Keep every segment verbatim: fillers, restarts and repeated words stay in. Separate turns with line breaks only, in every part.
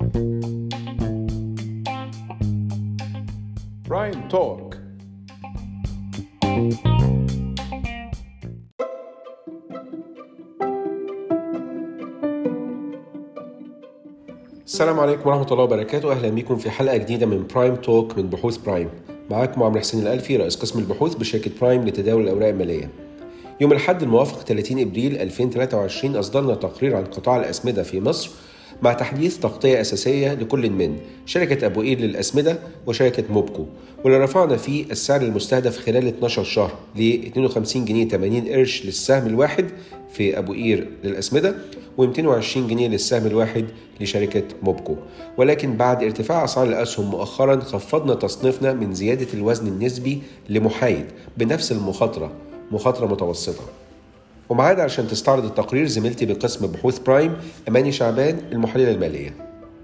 برايم توك. السلام عليكم ورحمة الله وبركاته. أهلا بكم في حلقة جديدة من برايم توك من بحوث برايم. معاكم عمرو حسين الألفي، رئيس قسم البحوث بشركة برايم لتداول الأوراق المالية. يوم الأحد الموافق ثلاثين إبريل ألفين وثلاثة وعشرين أصدرنا تقرير عن قطاع الأسمدة في مصر مع تحديث تغطية أساسية لكل من شركة أبو قير للأسمدة وشركة موبكو، واللي رفعنا فيه السعر المستهدف خلال اثناشر شهر ل اثنين وخمسين جنيه ثمانين قرش للسهم الواحد في أبو قير للأسمدة ومئتين وعشرين جنيه للسهم الواحد لشركة موبكو. ولكن بعد ارتفاع أسعار الأسهم مؤخرا خفضنا تصنيفنا من زيادة الوزن النسبي لمحايد بنفس المخاطرة، مخاطرة متوسطة. ومعانا عشان تستعرض التقرير زميلتي بقسم بحوث برايم أماني شعبان، المحللة المالية.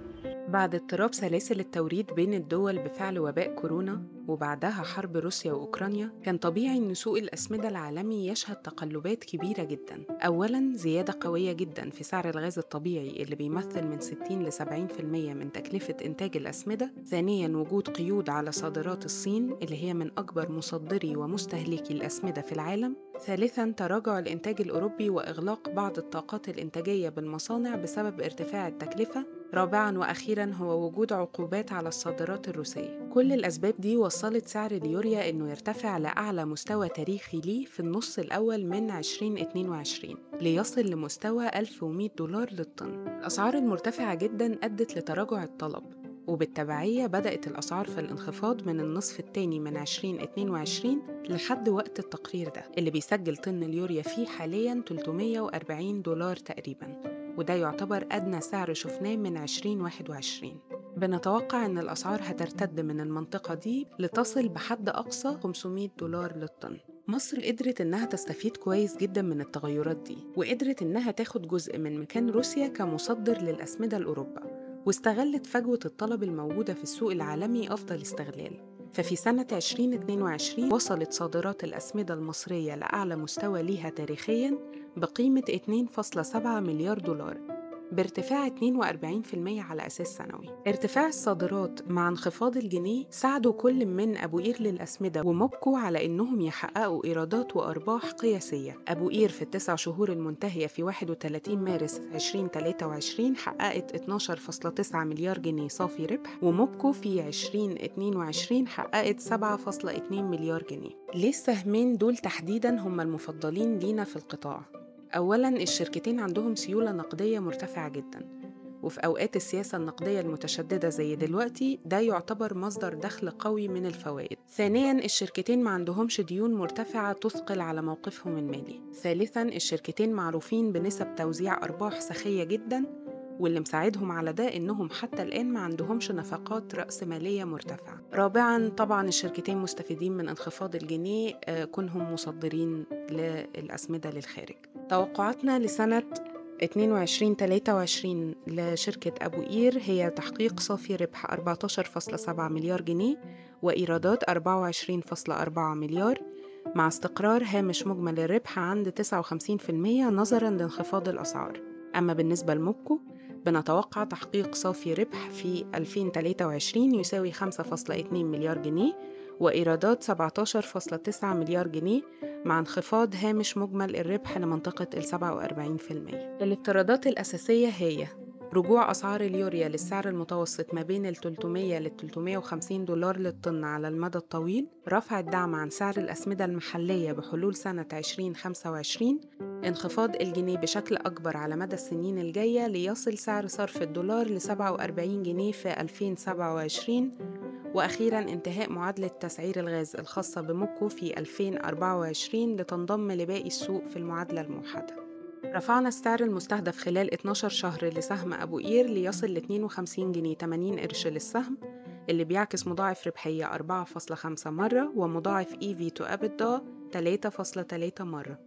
بعد اضطراب سلاسل التوريد بين الدول بفعل وباء كورونا وبعدها حرب روسيا وأوكرانيا، كان طبيعي أن سوق الأسمدة العالمي يشهد تقلبات كبيرة جدا. أولاً زيادة قوية جدا في سعر الغاز الطبيعي اللي بيمثل من ستين ل سبعين بالمئة من تكلفة إنتاج الأسمدة. ثانياً وجود قيود على صادرات الصين اللي هي من أكبر مصدري ومستهلكي الأسمدة في العالم. ثالثاً تراجع الإنتاج الأوروبي وإغلاق بعض الطاقات الإنتاجية بالمصانع بسبب ارتفاع التكلفة. رابعاً وأخيراً هو وجود عقوبات على الصادرات الروسية. كل الأسباب دي وصلت سعر اليوريا إنه يرتفع لأعلى مستوى تاريخي ليه في النص الأول من ألفين واثنين وعشرين ليصل لمستوى ألف ومئة دولار للطن. الأسعار المرتفعة جداً أدت لتراجع الطلب، وبالتبعية بدأت الأسعار في الانخفاض من النصف الثاني من ألفين واثنين وعشرين لحد وقت التقرير ده اللي بيسجل طن اليوريا فيه حالياً ثلاثمئة وأربعين دولار تقريباً، وده يعتبر أدنى سعر شفناه من ألفين وواحد وعشرين. بنتوقع أن الأسعار هترتد من المنطقة دي لتصل بحد أقصى خمسمئة دولار للطن. مصر قدرت إنها تستفيد كويس جدا من التغيرات دي، وقدرت إنها تاخد جزء من مكان روسيا كمصدر للأسمدة لأوروبا، واستغلت فجوة الطلب الموجودة في السوق العالمي أفضل استغلال. ففي سنة ألفين واثنين وعشرين وصلت صادرات الأسمدة المصرية لأعلى مستوى ليها تاريخياً بقيمة اثنين فاصلة سبعة مليار دولار، بارتفاع اثنين وأربعين بالمئة على أساس سنوي. ارتفاع الصادرات مع انخفاض الجنيه ساعدوا كل من أبو قير للأسمدة وموبكو على إنهم يحققوا إيرادات وأرباح قياسية. أبو قير في التسع شهور المنتهية في واحد وثلاثين مارس ألفين وثلاثة وعشرين حققت اثناشر فاصلة تسعة مليار جنيه صافي ربح، وموبكو في ألفين واثنين وعشرين حققت سبعة فاصلة اثنين مليار جنيه. ليه السهمين دول تحديداً هم المفضلين لينا في القطاع؟ أولاً الشركتين عندهم سيولة نقدية مرتفعة جداً، وفي أوقات السياسة النقدية المتشددة زي دلوقتي ده يعتبر مصدر دخل قوي من الفوائد. ثانياً الشركتين ما عندهمش ديون مرتفعة تثقل على موقفهم المالي. ثالثاً الشركتين معروفين بنسب توزيع أرباح سخية جداً، واللي مساعدهم على ده إنهم حتى الآن ما عندهمش نفقات رأسمالية مرتفعة. رابعاً طبعاً الشركتين مستفيدين من انخفاض الجنيه كونهم مصدرين للأسمدة للخارج. توقعاتنا لسنة اثنين وعشرين ثلاثة وعشرين لشركة أبو قير هي تحقيق صافي ربح أربعة عشر فاصلة سبعة مليار جنيه وإيرادات أربعة وعشرين فاصلة أربعة مليار، مع استقرار هامش مجمل الربح عند تسعة وخمسين بالمئة نظراً لانخفاض الأسعار. أما بالنسبة لموبكو بنتوقع تحقيق صافي ربح في ألفين وثلاثة وعشرين يساوي خمسة فاصلة اثنين مليار جنيه وإيرادات سبعة عشر فاصلة تسعة مليار جنيه، مع انخفاض هامش مجمل الربح لمنطقة ال سبعة وأربعين بالمئة. الافتراضات الأساسية هي رجوع أسعار اليوريا للسعر المتوسط ما بين ال ثلاثمئة ل ثلاثمئة وخمسين دولار للطن على المدى الطويل، رفع الدعم عن سعر الأسمدة المحلية بحلول سنة ألفين وخمسة وعشرين، انخفاض الجنيه بشكل أكبر على مدى السنين الجاية ليصل سعر صرف الدولار ل سبعة وأربعين جنيه في ألفين وسبعة وعشرين، وأخيراً انتهاء معادلة تسعير الغاز الخاصة بموبكو في ألفين وأربعة وعشرين لتنضم لباقي السوق في المعادلة الموحدة. رفعنا السعر المستهدف خلال اثناشر شهر لسهم أبو قير ليصل ل اثنين وخمسين جنيه ثمانين قرش للسهم، اللي بيعكس مضاعف ربحية أربعة فاصلة خمسة مرة ومضاعف إي في تو إبيدا ثلاثة فاصلة ثلاثة مرة.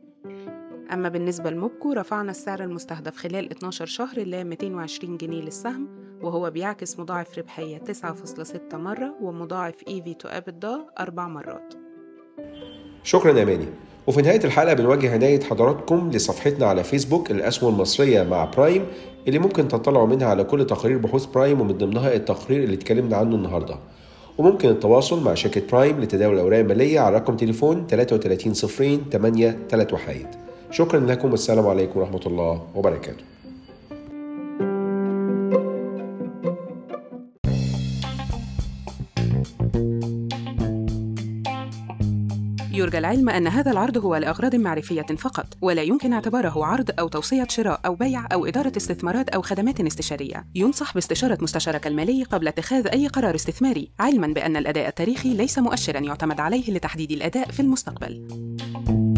أما بالنسبة لموبكو رفعنا السعر المستهدف خلال اثناشر شهر ل مئتين وعشرين جنيه للسهم، وهو بيعكس مضاعف ربحية تسعة فاصلة ستة مرة ومضاعف إي في تو إبيدا أربع مرات.
شكرا يا ماني. وفي نهاية الحلقة بنوجه عناية حضراتكم لصفحتنا على فيسبوك الأسهم المصرية مع برايم، اللي ممكن تطلعوا منها على كل تقارير بحوث برايم، ومن ضمنها التقرير اللي اتكلمنا عنه النهاردة. وممكن التواصل مع شركة برايم لتداول الأوراق المالية على رقم تليفون ثلاثة وثلاثين صفرين ثمانية ثلاثة واحد. شكرا لكم والسلام عليكم ورحمة الله وبركاته.
يرجى العلم أن هذا العرض هو لأغراض معرفية فقط، ولا يمكن اعتباره عرض أو توصية شراء أو بيع أو إدارة استثمارات أو خدمات استشارية. ينصح باستشارة مستشارك المالي قبل اتخاذ أي قرار استثماري، علماً بأن الأداء التاريخي ليس مؤشراً يعتمد عليه لتحديد الأداء في المستقبل.